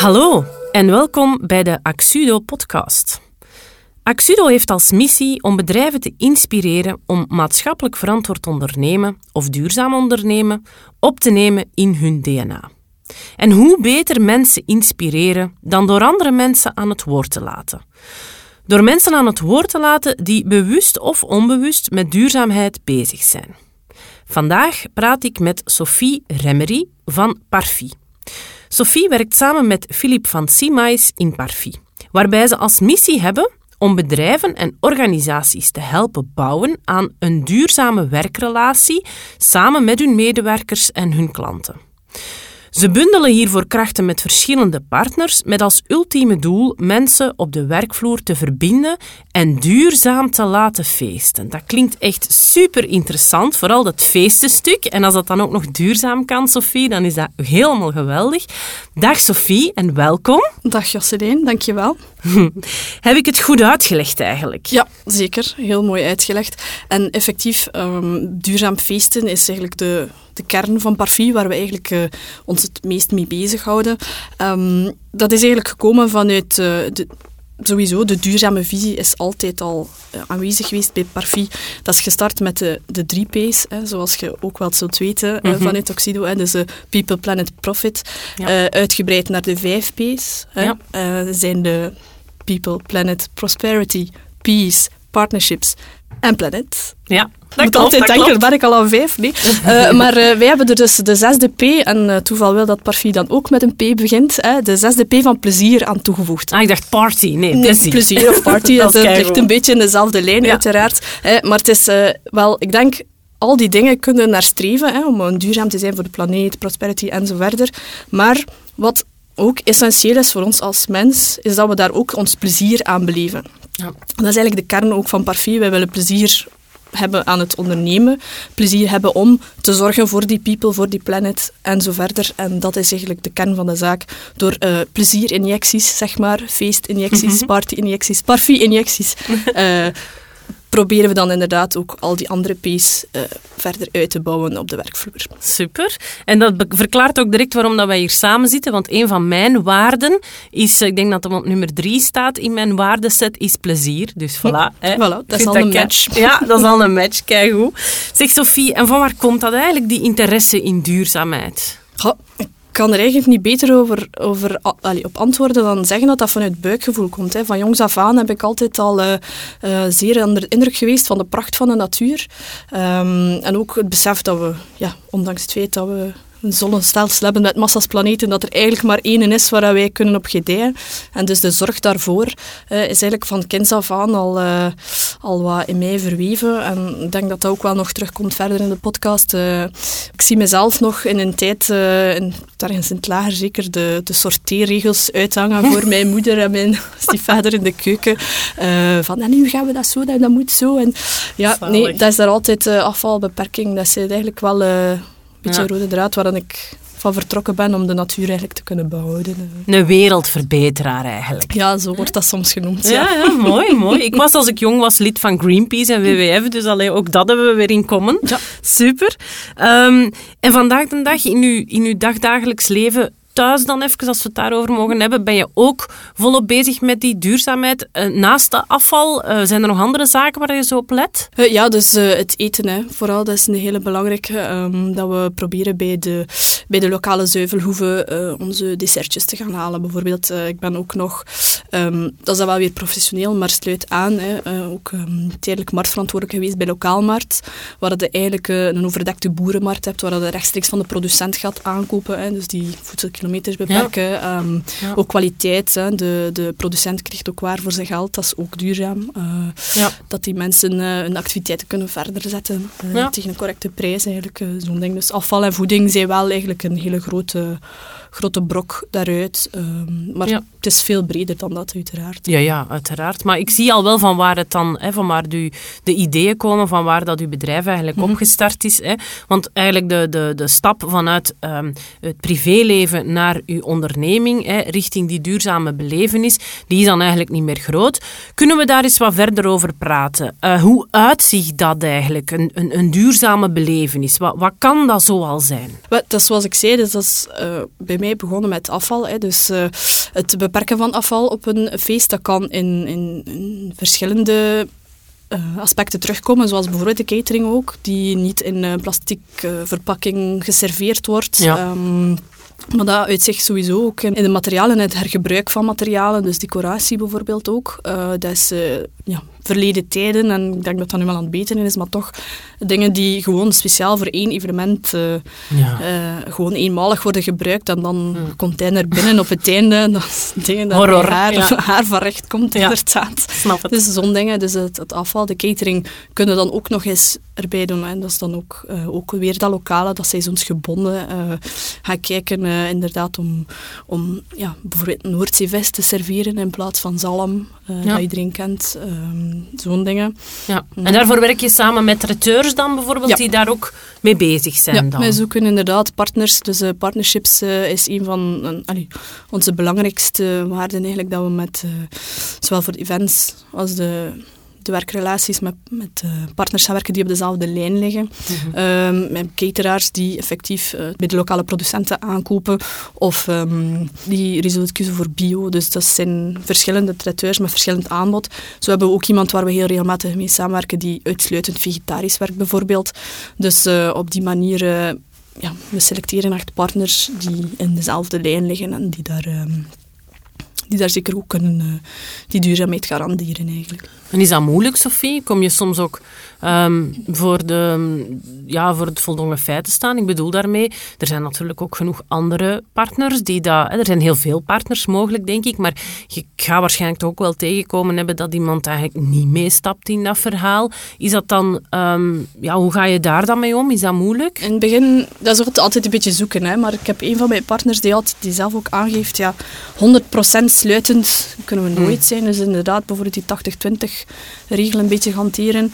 Hallo en welkom bij de Axudo-podcast. Axudo heeft als missie om bedrijven te inspireren om maatschappelijk verantwoord ondernemen of duurzaam ondernemen op te nemen in hun DNA. En hoe beter mensen inspireren dan door andere mensen aan het woord te laten. Door mensen aan het woord te laten die bewust of onbewust met duurzaamheid bezig zijn. Vandaag praat ik met Sophie Remmery van Parfie. Sophie werkt samen met Philippe van Simais in Parfie, waarbij ze als missie hebben om bedrijven en organisaties te helpen bouwen aan een duurzame werkrelatie samen met hun medewerkers en hun klanten. Ze bundelen hiervoor krachten met verschillende partners met als ultieme doel mensen op de werkvloer te verbinden en duurzaam te laten feesten. Dat klinkt echt super interessant, vooral dat feestenstuk. En als dat dan ook nog duurzaam kan, Sophie, dan is dat helemaal geweldig. Dag Sophie en welkom. Dag Jocelyn, dankjewel. Heb ik het goed uitgelegd eigenlijk? Ja, zeker. Heel mooi uitgelegd. En effectief, duurzaam feesten is eigenlijk de kern van Parfie, waar we eigenlijk ons het meest mee bezighouden. Dat is eigenlijk gekomen vanuit sowieso, de duurzame visie is altijd al aanwezig geweest bij Parfie. Dat is gestart met de 3 P's, zoals je ook wel zult weten vanuit Oxido. Dus People, Planet, Profit. Ja. Uitgebreid naar de 5 P's. Dat zijn de People, Planet, Prosperity, Peace, Partnerships en Planet. Ja. Ik moet altijd denken, ben ik al aan 5? Nee. Maar wij hebben er dus de 6e P, en toeval wil dat Parfie dan ook met een P begint, de 6e P van plezier aan toegevoegd. Ik dacht party. Nee, plezier. Plezier of party, dat ligt een beetje in dezelfde lijn uiteraard. Maar het is wel, ik denk, al die dingen kunnen naar streven, om duurzaam te zijn voor de planeet, prosperity en zo verder. Maar wat ook essentieel is voor ons als mens, is dat we daar ook ons plezier aan beleven. Ja. Dat is eigenlijk de kern ook van Parfie. Wij willen plezier hebben aan het ondernemen, plezier hebben om te zorgen voor die people, voor die planet en zo verder. En dat is eigenlijk de kern van de zaak. Door plezierinjecties, zeg maar, feestinjecties, party-injecties, Parfie-injecties, proberen we dan inderdaad ook al die andere P's verder uit te bouwen op de werkvloer. Super. En dat verklaart ook direct waarom dat wij hier samen zitten, want een van mijn waarden is, ik denk dat hem op nummer 3 staat in mijn waardeset, is plezier. Dus voilà. Voilà, dat is al een match. Ja, dat is al een match. Keigoed. Zeg Sophie, en van waar komt dat eigenlijk, die interesse in duurzaamheid? Ik kan er eigenlijk niet beter op antwoorden dan zeggen dat dat vanuit buikgevoel komt. Van jongs af aan heb ik altijd al zeer onder de indruk geweest van de pracht van de natuur. En ook het besef dat we, ondanks het feit dat we een zonnestelsel hebben met massa's planeten, dat er eigenlijk maar één is waar wij kunnen op gedijen. En dus de zorg daarvoor is eigenlijk van kinds af aan al wat in mij verweven. En ik denk dat dat ook wel nog terugkomt verder in de podcast. Ik zie mezelf nog in een tijd, ergens in het lager zeker, de sorteerregels uithangen voor mijn moeder en mijn stiefvader in de keuken. En nu gaan we dat zo, dat moet zo. En nee, dat is daar altijd afvalbeperking. Dat is eigenlijk wel een beetje rode draad waar ik van vertrokken ben om de natuur eigenlijk te kunnen behouden. Een wereldverbeteraar eigenlijk. Ja, zo wordt dat soms genoemd. Ja, mooi. Ik was als ik jong was lid van Greenpeace en WWF, dus ook dat hebben we weer in common. Ja. Super. En vandaag de dag in uw dagdagelijks leven thuis dan even, als we het daarover mogen hebben, ben je ook volop bezig met die duurzaamheid. Naast de afval, zijn er nog andere zaken waar je zo op let? Ja, dus het eten, vooral, dat is een hele belangrijke. Dat we proberen bij de lokale zuivelhoeve onze dessertjes te gaan halen. Bijvoorbeeld, ik ben ook nog, dat is dan wel weer professioneel, maar sluit aan, ook tijdelijk marktverantwoordelijk geweest bij Lokaalmarkt, waar je eigenlijk een overdekte boerenmarkt hebt, waar je rechtstreeks van de producent gaat aankopen, dus die voedselkilometers beperken. Ook kwaliteit. De producent krijgt ook waar voor zijn geld. Dat is ook duurzaam. Dat die mensen hun activiteiten kunnen verder zetten tegen een correcte prijs. Eigenlijk, zo'n ding. Dus afval en voeding zijn wel eigenlijk een hele grote brok daaruit. Maar het is veel breder dan dat, uiteraard. Ja, uiteraard. Maar ik zie al wel van waar het dan, van waar de ideeën komen, van waar dat uw bedrijf eigenlijk opgestart is. Want eigenlijk de stap vanuit het privéleven naar uw onderneming, richting die duurzame belevenis, die is dan eigenlijk niet meer groot. Kunnen we daar eens wat verder over praten? Hoe uitziet dat eigenlijk, een duurzame belevenis? Wat kan dat zoal zijn? Dat is zoals ik zei, dus dat is bij mij mij begonnen met afval. Dus het beperken van afval op een feest, dat kan in verschillende aspecten terugkomen, zoals bijvoorbeeld de catering ook, die niet in plastic verpakking geserveerd wordt. Ja. Maar dat uitzicht sowieso ook in de materialen, het hergebruik van materialen, dus decoratie bijvoorbeeld ook. Dat is verleden tijden, en ik denk dat dat nu wel aan het beteren is, maar toch dingen die gewoon speciaal voor één evenement gewoon eenmalig worden gebruikt en dan container binnen op het einde. Dat is dingen dat horror, haar van recht komt, inderdaad. Snap het. Dus zo'n dingen, dus het afval, de catering, kunnen dan ook nog eens erbij doen. En dat is dan ook weer dat lokale, dat seizoensgebonden gaan kijken, inderdaad, om bijvoorbeeld Noordzeevis te serveren in plaats van zalm, dat iedereen kent. Zo'n dingen. Ja. En daarvoor werk je samen met traiteurs dan bijvoorbeeld, die daar ook mee bezig zijn dan? Wij zoeken inderdaad partners. Dus partnerships is een van onze belangrijkste waarden eigenlijk, dat we met zowel voor de events als de werkrelaties met partners gaan werken die op dezelfde lijn liggen. Met cateraars die effectief bij de lokale producenten aankopen of die resoluut kiezen voor bio. Dus dat zijn verschillende traiteurs met verschillend aanbod. Zo hebben we ook iemand waar we heel regelmatig mee samenwerken die uitsluitend vegetarisch werkt bijvoorbeeld. Dus op die manier we selecteren echt partners die in dezelfde lijn liggen en die daar zeker ook kunnen die duurzaamheid garanderen eigenlijk. En is dat moeilijk, Sophie? Kom je soms ook voor het voldongen feit te staan? Ik bedoel daarmee, er zijn natuurlijk ook genoeg andere partners er zijn heel veel partners mogelijk, denk ik, maar je gaat waarschijnlijk toch ook wel tegenkomen hebben dat iemand eigenlijk niet meestapt in dat verhaal. Is dat dan, hoe ga je daar dan mee om? Is dat moeilijk? In het begin, dat is altijd een beetje zoeken, hè, maar ik heb een van mijn partners die zelf ook aangeeft, 100% sluitend kunnen we nooit zijn. Dus inderdaad, bijvoorbeeld die 80-20 regel een beetje hanteren.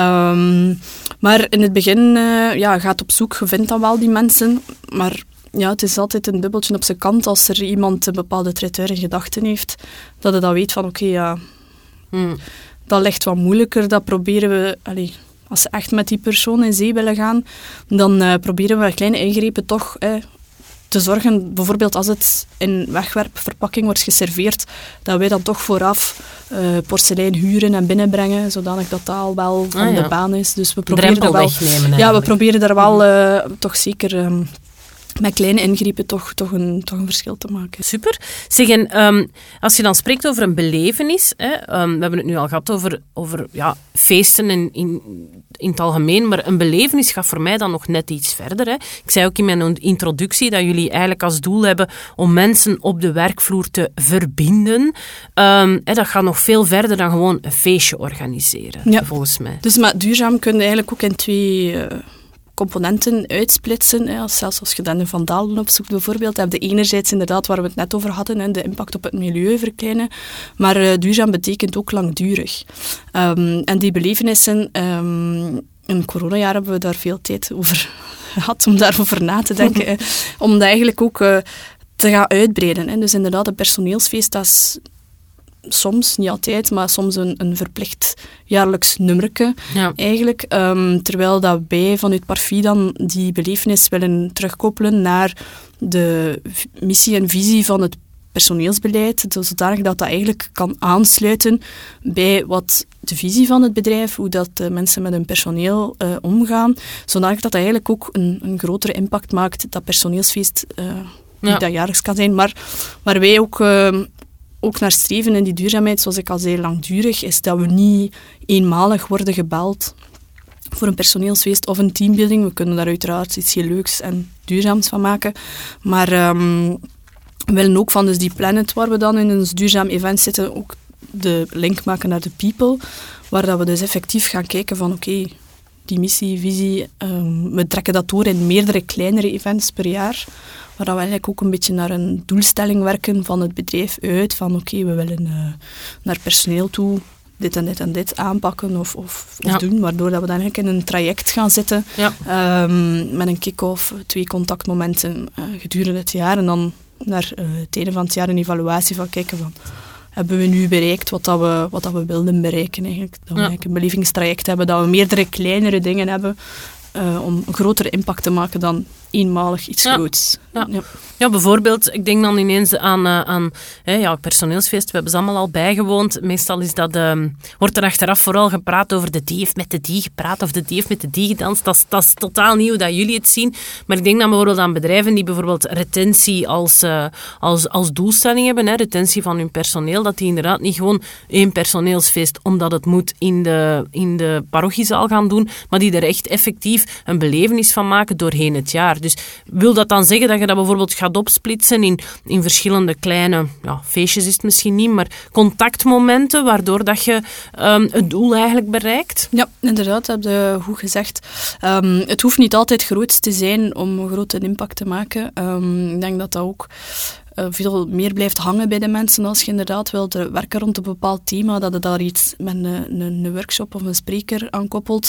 Maar in het begin gaat op zoek, je vindt dan wel die mensen, maar het is altijd een dubbeltje op zijn kant als er iemand een bepaalde traiteur in gedachten heeft, dat hij dan weet van dat ligt wat moeilijker, dat proberen we... Als ze echt met die persoon in zee willen gaan, dan proberen we kleine ingrepen toch te zorgen, bijvoorbeeld als het in wegwerpverpakking wordt geserveerd, dat wij dan toch vooraf porselein huren en binnenbrengen, zodanig dat dat al wel van de baan is. Dus we proberen drempel wegnemen. We proberen daar wel toch zeker met kleine ingrepen toch een verschil te maken. Super. Zeg, en als je dan spreekt over een belevenis, we hebben het nu al gehad over feesten in het algemeen, maar een belevenis gaat voor mij dan nog net iets verder. Hè. Ik zei ook in mijn introductie dat jullie eigenlijk als doel hebben om mensen op de werkvloer te verbinden. Dat gaat nog veel verder dan gewoon een feestje organiseren, volgens mij. Dus met duurzaam kun je eigenlijk ook in twee... componenten uitsplitsen. Zelfs als je dan een Van Dalen opzoekt bijvoorbeeld, heb je enerzijds inderdaad waar we het net over hadden, de impact op het milieu verkleinen, maar duurzaam betekent ook langdurig. En die belevenissen, in het coronajaar hebben we daar veel tijd over gehad om daarover na te denken, om dat eigenlijk ook te gaan uitbreiden. Dus inderdaad, een personeelsfeest, dat is soms, niet altijd, maar soms een verplicht jaarlijks nummerke eigenlijk. Terwijl dat wij vanuit Parfie dan die belevenis willen terugkoppelen naar de missie en visie van het personeelsbeleid, zodanig dat dat eigenlijk kan aansluiten bij wat de visie van het bedrijf, hoe dat mensen met hun personeel omgaan, zodanig dat dat eigenlijk ook een grotere impact maakt, dat personeelsfeest niet dat jaarlijks kan zijn, maar wij ook naar streven in die duurzaamheid, zoals ik al zei, langdurig, is dat we niet eenmalig worden gebeld voor een personeelsfeest of een teambuilding. We kunnen daar uiteraard iets heel leuks en duurzaams van maken. Maar we willen ook van dus die planet waar we dan in ons duurzaam event zitten, ook de link maken naar de people, waar dat we dus effectief gaan kijken van oké, die missie, visie, we trekken dat door in meerdere kleinere events per jaar, waar we eigenlijk ook een beetje naar een doelstelling werken van het bedrijf uit, van oké, we willen naar personeel toe dit en dit en dit aanpakken of doen, waardoor dat we dan eigenlijk in een traject gaan zitten met een kick-off, 2 contactmomenten gedurende het jaar en dan naar het einde van het jaar een evaluatie van kijken van hebben we nu bereikt wat dat we wilden bereiken eigenlijk. Dat we eigenlijk een belevingstraject hebben, dat we meerdere kleinere dingen hebben om een grotere impact te maken dan eenmalig iets groots. Ja. Ja, bijvoorbeeld, ik denk dan ineens aan personeelsfeest. We hebben ze allemaal al bijgewoond. Meestal wordt er achteraf vooral gepraat over de die heeft met de die gepraat of de die heeft met de die gedanst. Dat is totaal nieuw dat jullie het zien. Maar ik denk dan bijvoorbeeld aan bedrijven die bijvoorbeeld retentie als doelstelling hebben, retentie van hun personeel, dat die inderdaad niet gewoon één personeelsfeest omdat het moet in de parochiezaal gaan doen, maar die er echt effectief een belevenis van maken doorheen het jaar. Dus wil dat dan zeggen dat je dat bijvoorbeeld gaat opsplitsen in verschillende kleine, feestjes is het misschien niet, maar contactmomenten, waardoor dat je het doel eigenlijk bereikt? Ja, inderdaad, dat heb je goed gezegd. Het hoeft niet altijd groot te zijn om een grote impact te maken. Ik denk dat ook veel meer blijft hangen bij de mensen als je inderdaad wilt werken rond een bepaald thema, dat je daar iets met een workshop of een spreker aan koppelt.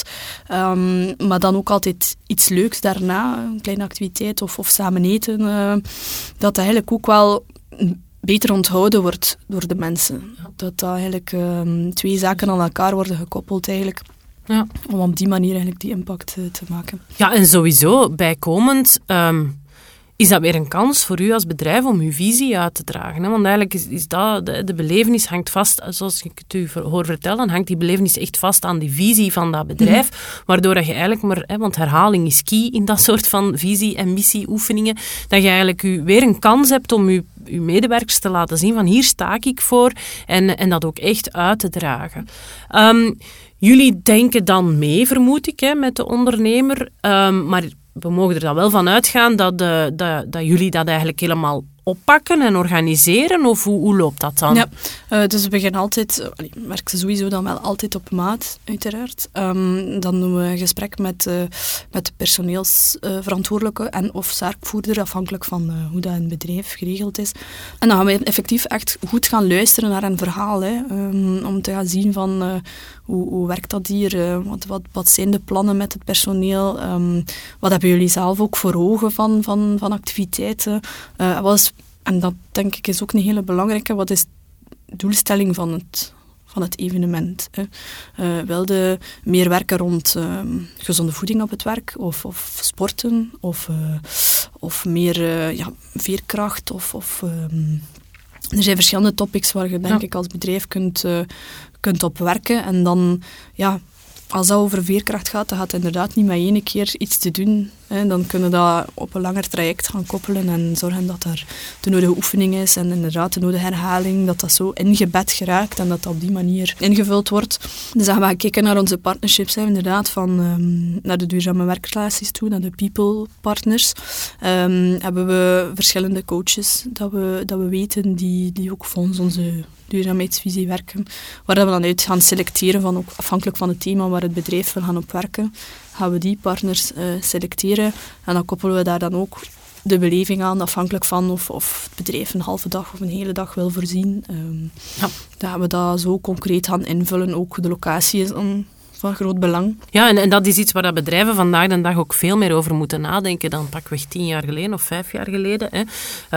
Maar dan ook altijd iets leuks daarna, een kleine activiteit of samen eten, dat eigenlijk ook wel beter onthouden wordt door de mensen. Dat eigenlijk twee zaken aan elkaar worden gekoppeld eigenlijk. Ja. Om op die manier eigenlijk die impact te maken. Ja, en sowieso, bijkomend is dat weer een kans voor u als bedrijf om uw visie uit te dragen. Hè? Want eigenlijk is dat, de belevenis hangt vast, zoals ik het u hoor vertellen, hangt die belevenis echt vast aan die visie van dat bedrijf, waardoor dat je eigenlijk maar, want herhaling is key in dat soort van visie- en missie-oefeningen, dat je eigenlijk weer een kans hebt om uw medewerkers te laten zien van hier sta ik voor en dat ook echt uit te dragen. Jullie denken dan mee, vermoed ik, met de ondernemer, maar we mogen er dan wel van uitgaan dat jullie dat eigenlijk helemaal oppakken en organiseren, of hoe loopt dat dan? Ja, dus we beginnen altijd, werken ze sowieso dan wel altijd op maat, uiteraard. Dan doen we een gesprek met de personeelsverantwoordelijke en of zaakvoerder, afhankelijk van hoe dat in het bedrijf geregeld is. En dan gaan we effectief echt goed gaan luisteren naar een verhaal, om te gaan zien van hoe werkt dat hier, wat zijn de plannen met het personeel, wat hebben jullie zelf ook voor ogen van activiteiten, en dat denk ik is ook een hele belangrijke. Wat is de doelstelling van het evenement? Wilde meer werken rond gezonde voeding op het werk? Of sporten? Of meer veerkracht? Er zijn verschillende topics waar je denk ik als bedrijf kunt op werken. En dan, als dat over veerkracht gaat, dan gaat het inderdaad niet met één keer iets te doen. Dan kunnen we dat op een langer traject gaan koppelen en zorgen dat er de nodige oefening is en inderdaad de nodige herhaling, dat zo ingebed geraakt en dat op die manier ingevuld wordt. Dus dan gaan we kijken naar onze partnerships, inderdaad, naar de duurzame werkrelaties toe, naar de people partners. Hebben we verschillende coaches dat we weten die ook volgens onze duurzaamheidsvisie werken, waar we dan uit gaan selecteren, ook afhankelijk van het thema waar het bedrijf wil gaan op werken, gaan we die partners selecteren en dan koppelen we daar dan ook de beleving aan, afhankelijk van of het bedrijf een halve dag of een hele dag wil voorzien. Dan gaan we dat zo concreet gaan invullen. Ook de locatie is van groot belang. Ja, en dat is iets waar dat bedrijven vandaag de dag ook veel meer over moeten nadenken dan pakweg 10 jaar geleden of 5 jaar geleden. Hè.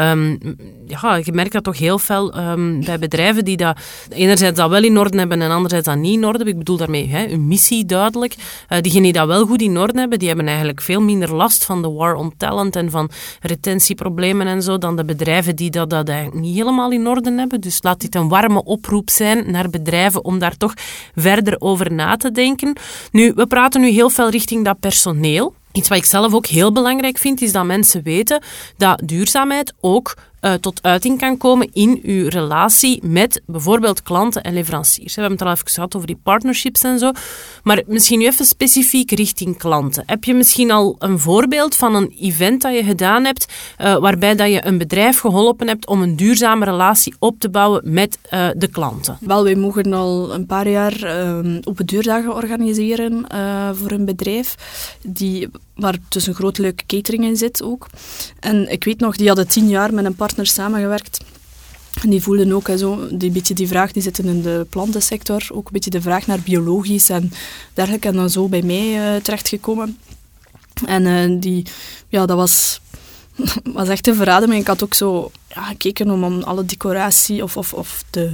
Je merkt dat toch heel fel bij bedrijven die dat enerzijds dat wel in orde hebben en anderzijds dat niet in orde hebben. Ik bedoel daarmee hun missie duidelijk. Diegenen die dat wel goed in orde hebben, die hebben eigenlijk veel minder last van de war on talent en van retentieproblemen en zo dan de bedrijven die dat eigenlijk niet helemaal in orde hebben. Dus laat dit een warme oproep zijn naar bedrijven om daar toch verder over na te denken. Nu, we praten nu heel veel richting dat personeel. Iets wat ik zelf ook heel belangrijk vind, is dat mensen weten dat duurzaamheid ook tot uiting kan komen in uw relatie met bijvoorbeeld klanten en leveranciers. We hebben het al even gehad over die partnerships en zo. Maar misschien nu even specifiek richting klanten. Heb je misschien al een voorbeeld van een event dat je gedaan hebt waarbij dat je een bedrijf geholpen hebt om een duurzame relatie op te bouwen met de klanten? Wel, wij mogen al een paar jaar open deurdagen organiseren voor een bedrijf waar dus een groot leuke catering in zit ook. En ik weet nog, die hadden 10 jaar met een partner samengewerkt. En die voelden ook die vraag, die zitten in de plantensector, ook een beetje de vraag naar biologisch en dergelijke. En dan zo bij mij terechtgekomen. En dat was echt een verademing. Ik had ook zo gekeken om alle decoratie of de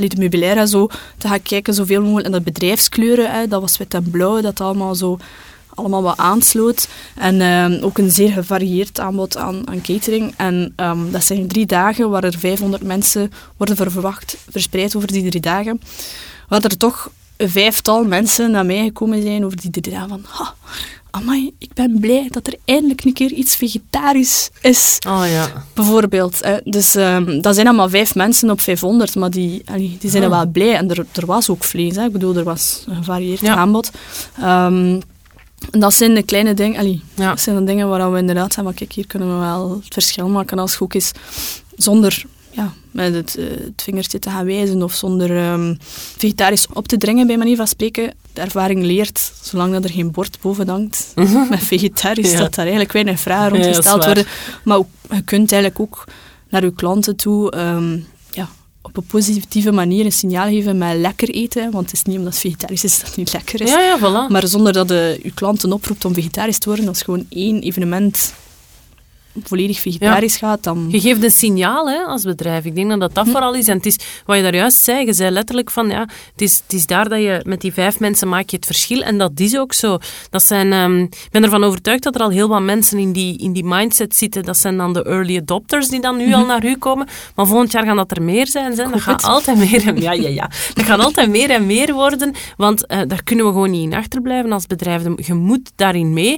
meubilair en zo te gaan kijken, zoveel mogelijk. En de bedrijfskleuren, dat was wit en blauw, dat allemaal zo allemaal wat aansloot. En ook een zeer gevarieerd aanbod aan catering. En dat zijn 3 dagen waar er 500 mensen worden verwacht, verspreid over die 3 dagen. Waar er toch 5-tal mensen naar mij gekomen zijn over die 3 dagen van... Amai, ik ben blij dat er eindelijk een keer iets vegetarisch is. Oh ja. Bijvoorbeeld. Dus dat zijn dan maar 5 mensen op 500, maar die zijn dan wel blij. En er was ook vlees. Hè. Ik bedoel, er was een gevarieerd aanbod. En dat zijn de kleine dingen. Dat zijn de dingen waar we inderdaad zeggen, maar kijk, hier kunnen we wel het verschil maken als het goed is. Zonder... met het vingertje te gaan wijzen of zonder vegetarisch op te dringen, bij manier van spreken. De ervaring leert, zolang dat er geen bord boven hangt met vegetarisch, dat daar eigenlijk weinig vragen rond gesteld worden. Maar je kunt eigenlijk ook naar je klanten toe op een positieve manier een signaal geven met lekker eten. Want het is niet omdat het vegetarisch is dat het niet lekker is. Voilà. Maar zonder dat je klanten oproept om vegetarisch te worden, als gewoon 1 evenement volledig vegetarisch gaat, dan... Je geeft een signaal als bedrijf. Ik denk dat dat vooral is. En het is wat je daar juist zei. Je zei letterlijk van, het is daar dat je met die 5 mensen maak je het verschil. En dat is ook zo. Dat zijn, ik ben ervan overtuigd dat er al heel wat mensen in die mindset zitten. Dat zijn dan de early adopters die dan nu al naar u komen. Maar volgend jaar gaan dat er meer zijn. Dat gaat altijd meer en Dat gaat altijd meer en meer worden. Want daar kunnen we gewoon niet in achterblijven als bedrijf. Je moet daarin mee.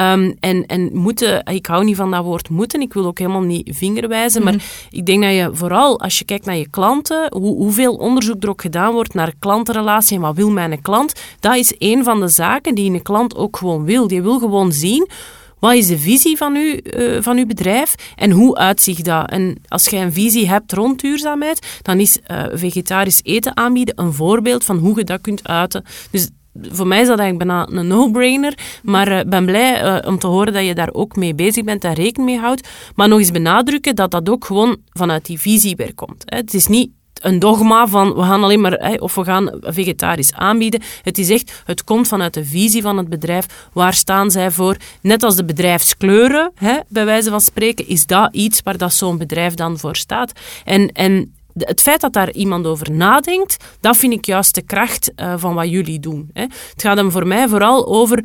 En moeten... Ik hou niet van dat woord moeten. Ik wil ook helemaal niet vingerwijzen, maar ik denk dat je vooral, als je kijkt naar je klanten, hoeveel onderzoek er ook gedaan wordt naar klantenrelatie en wat wil mijn klant, dat is een van de zaken die een klant ook gewoon wil. Die wil gewoon zien, wat is de visie van uw bedrijf en hoe uitziet dat? En als je een visie hebt rond duurzaamheid, dan is vegetarisch eten aanbieden een voorbeeld van hoe je dat kunt uiten. Dus voor mij is dat eigenlijk bijna een no-brainer, maar ik ben blij om te horen dat je daar ook mee bezig bent en rekening mee houdt. Maar nog eens benadrukken dat dat ook gewoon vanuit die visie weer komt. Het is niet een dogma van we gaan alleen maar of we gaan vegetarisch aanbieden. Het is echt, het komt vanuit de visie van het bedrijf. Waar staan zij voor? Net als de bedrijfskleuren, bij wijze van spreken, is dat iets waar dat zo'n bedrijf dan voor staat. En het feit dat daar iemand over nadenkt, dat vind ik juist de kracht van wat jullie doen. Het gaat hem voor mij vooral over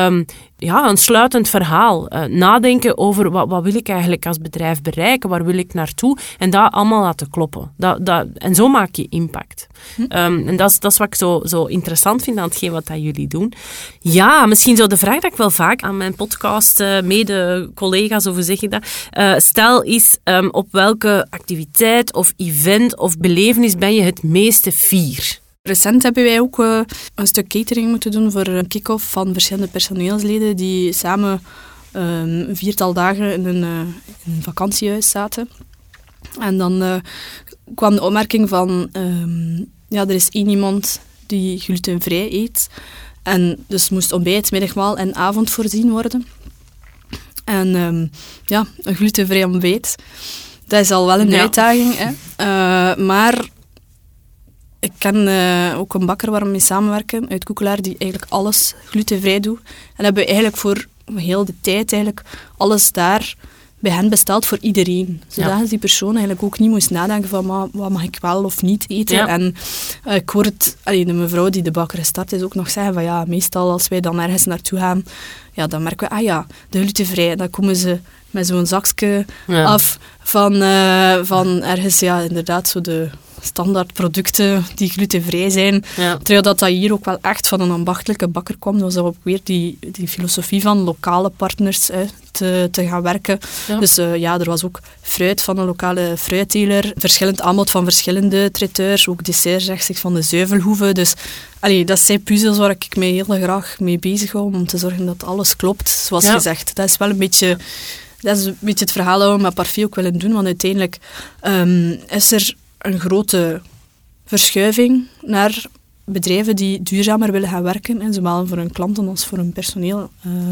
een sluitend verhaal. Nadenken over wat wil ik eigenlijk als bedrijf bereiken, waar wil ik naartoe en dat allemaal laten kloppen. En zo maak je impact. En dat is wat ik zo interessant vind aan hetgeen wat dat jullie doen. Ja, misschien zo de vraag dat ik wel vaak aan mijn podcast mede-collega's, of hoe zeg je dat, stel is op welke activiteit of event of belevenis ben je het meeste fier? Recent hebben wij ook een stuk catering moeten doen voor een kick-off van verschillende personeelsleden die samen 4-tal dagen in een vakantiehuis zaten. En dan kwam de opmerking van, er is 1 iemand die glutenvrij eet. En dus moest ontbijt, middagmaal en avond voorzien worden. En een glutenvrij ontbijt, dat is al wel een uitdaging. Maar... Ik ken ook een bakker waar we mee samenwerken uit Koekelaar die eigenlijk alles glutenvrij doet. En hebben we eigenlijk voor heel de tijd eigenlijk alles daar bij hen besteld voor iedereen. Zodat die persoon eigenlijk ook niet moest nadenken van wat mag ik wel of niet eten. Ja. En ik hoor het, de mevrouw die de bakker gestart is ook nog zeggen van meestal als wij dan ergens naartoe gaan, dan merken we, de glutenvrij. Dan komen ze met zo'n zakje af van ergens, inderdaad, zo de standaard producten die glutenvrij zijn. Ja. Terwijl dat hier ook wel echt van een ambachtelijke bakker kwam. Dus dat we ook weer die filosofie van lokale partners te gaan werken. Ja. Dus er was ook fruit van een lokale fruitteler. Verschillend aanbod van verschillende traiteurs. Ook desserts rechtstreeks van de Zuivelhoeve. Dus dat zijn puzzels waar ik mij heel graag mee bezig hou. Om te zorgen dat alles klopt, zoals gezegd. Dat is wel een beetje... Dat is een beetje het verhaal dat we met Parfait ook willen doen. Want uiteindelijk is er een grote verschuiving naar bedrijven die duurzamer willen gaan werken, zowel voor hun klanten als voor hun personeel.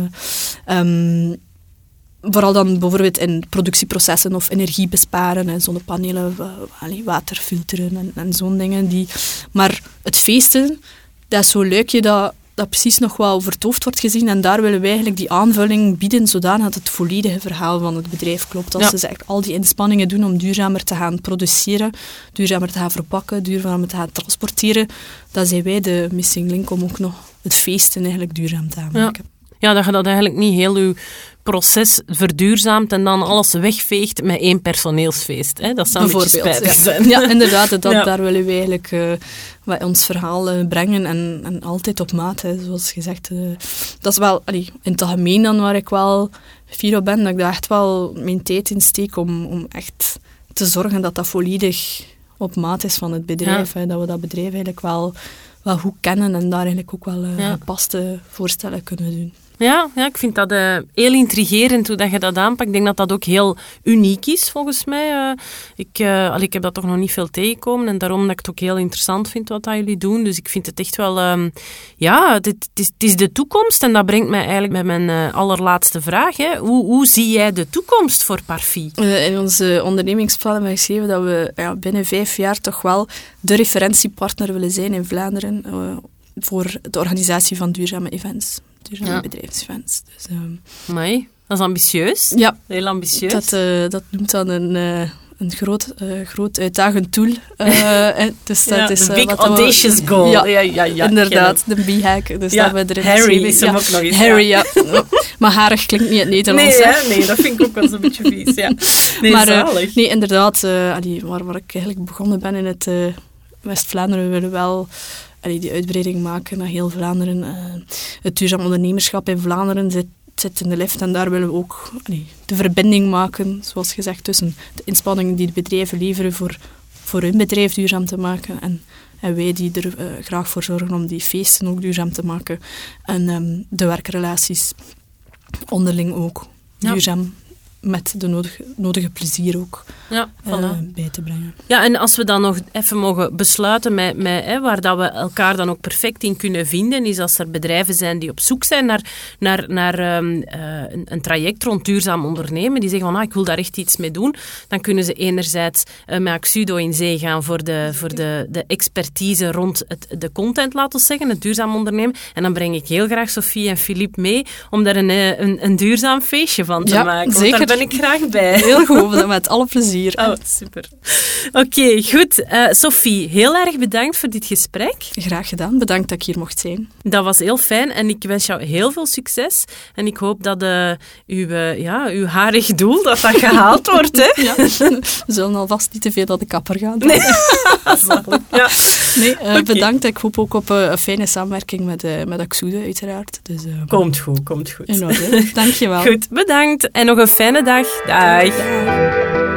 Vooral dan bijvoorbeeld in productieprocessen of energie besparen, zonnepanelen, water filteren en zo'n dingen. Maar het feesten, dat is zo'n luikje dat precies nog wel over het hoofd wordt gezien en daar willen wij eigenlijk die aanvulling bieden zodanig dat het volledige verhaal van het bedrijf klopt. Als ze eigenlijk al die inspanningen doen om duurzamer te gaan produceren, duurzamer te gaan verpakken, duurzamer te gaan transporteren, dan zijn wij de missing link om ook nog het feesten eigenlijk duurzaam te gaan maken. Ja, dat je dat eigenlijk niet heel je proces verduurzaamt en dan alles wegveegt met 1 personeelsfeest. Hè? Dat zou een beetje spijtig zijn. Ja, inderdaad. Daar willen we eigenlijk ons verhaal brengen en altijd op maat, hè, zoals gezegd. Dat is wel in het algemeen dan waar ik wel fier op ben, dat ik daar echt wel mijn tijd in steek om echt te zorgen dat dat volledig op maat is van het bedrijf. Hè, dat we dat bedrijf eigenlijk wel goed kennen en daar eigenlijk ook wel gepaste voorstellen kunnen doen. Ja, ik vind dat heel intrigerend hoe dat je dat aanpakt. Ik denk dat dat ook heel uniek is, volgens mij. Ik heb dat toch nog niet veel tegengekomen en daarom dat ik het ook heel interessant vind wat dat jullie doen. Dus ik vind het echt wel... het is de toekomst en dat brengt mij eigenlijk bij mijn allerlaatste vraag. Hè. Hoe zie jij de toekomst voor Parfie? In onze ondernemingsplan hebben we geschreven dat we binnen 5 jaar toch wel de referentiepartner willen zijn in Vlaanderen voor de organisatie van duurzame events. Duurzame bedrijfsevents. Dus, Amai, dat is ambitieus. Ja. Heel ambitieus. Dat noemt dan een groot uitdagend doel. Dus dat is de big audacious goal. Ja, inderdaad, de BHAG. Dus dat we erin Harry is hem ook nog eens. Harry, ja. Maar harig klinkt niet in het Nederlands. Nee, dat vind ik ook wel zo'n beetje vies. Ja. Nee, maar inderdaad, waar ik eigenlijk begonnen ben in het West-Vlaanderen, we willen wel... die uitbreiding maken naar heel Vlaanderen. Het duurzaam ondernemerschap in Vlaanderen zit in de lift en daar willen we ook de verbinding maken, zoals gezegd, tussen de inspanningen die de bedrijven leveren voor hun bedrijf duurzaam te maken en wij die er graag voor zorgen om die feesten ook duurzaam te maken en de werkrelaties onderling ook duurzaam met de nodige plezier ook bij te brengen. Ja, en als we dan nog even mogen besluiten met waar dat we elkaar dan ook perfect in kunnen vinden, is als er bedrijven zijn die op zoek zijn naar een traject rond duurzaam ondernemen, die zeggen van ik wil daar echt iets mee doen, dan kunnen ze enerzijds met Axudo in zee gaan voor de expertise rond de content, laten we zeggen, het duurzaam ondernemen. En dan breng ik heel graag Sophie en Philippe mee om daar een duurzaam feestje van te maken. Zeker. Daar ben ik graag bij. Heel goed, met alle plezier. Oh, super. Oké, goed. Sophie, heel erg bedankt voor dit gesprek. Graag gedaan. Bedankt dat ik hier mocht zijn. Dat was heel fijn en ik wens jou heel veel succes. En ik hoop dat uw harig doel dat gehaald wordt. Hè? Ja, we zullen alvast niet te veel aan de kapper gaan. Nee, ja. Okay. Bedankt. Ik hoop ook op een fijne samenwerking met Axudo, uiteraard. Dus, komt goed. In orde. Dank je wel. Goed, bedankt. En nog een fijne dag. Dag.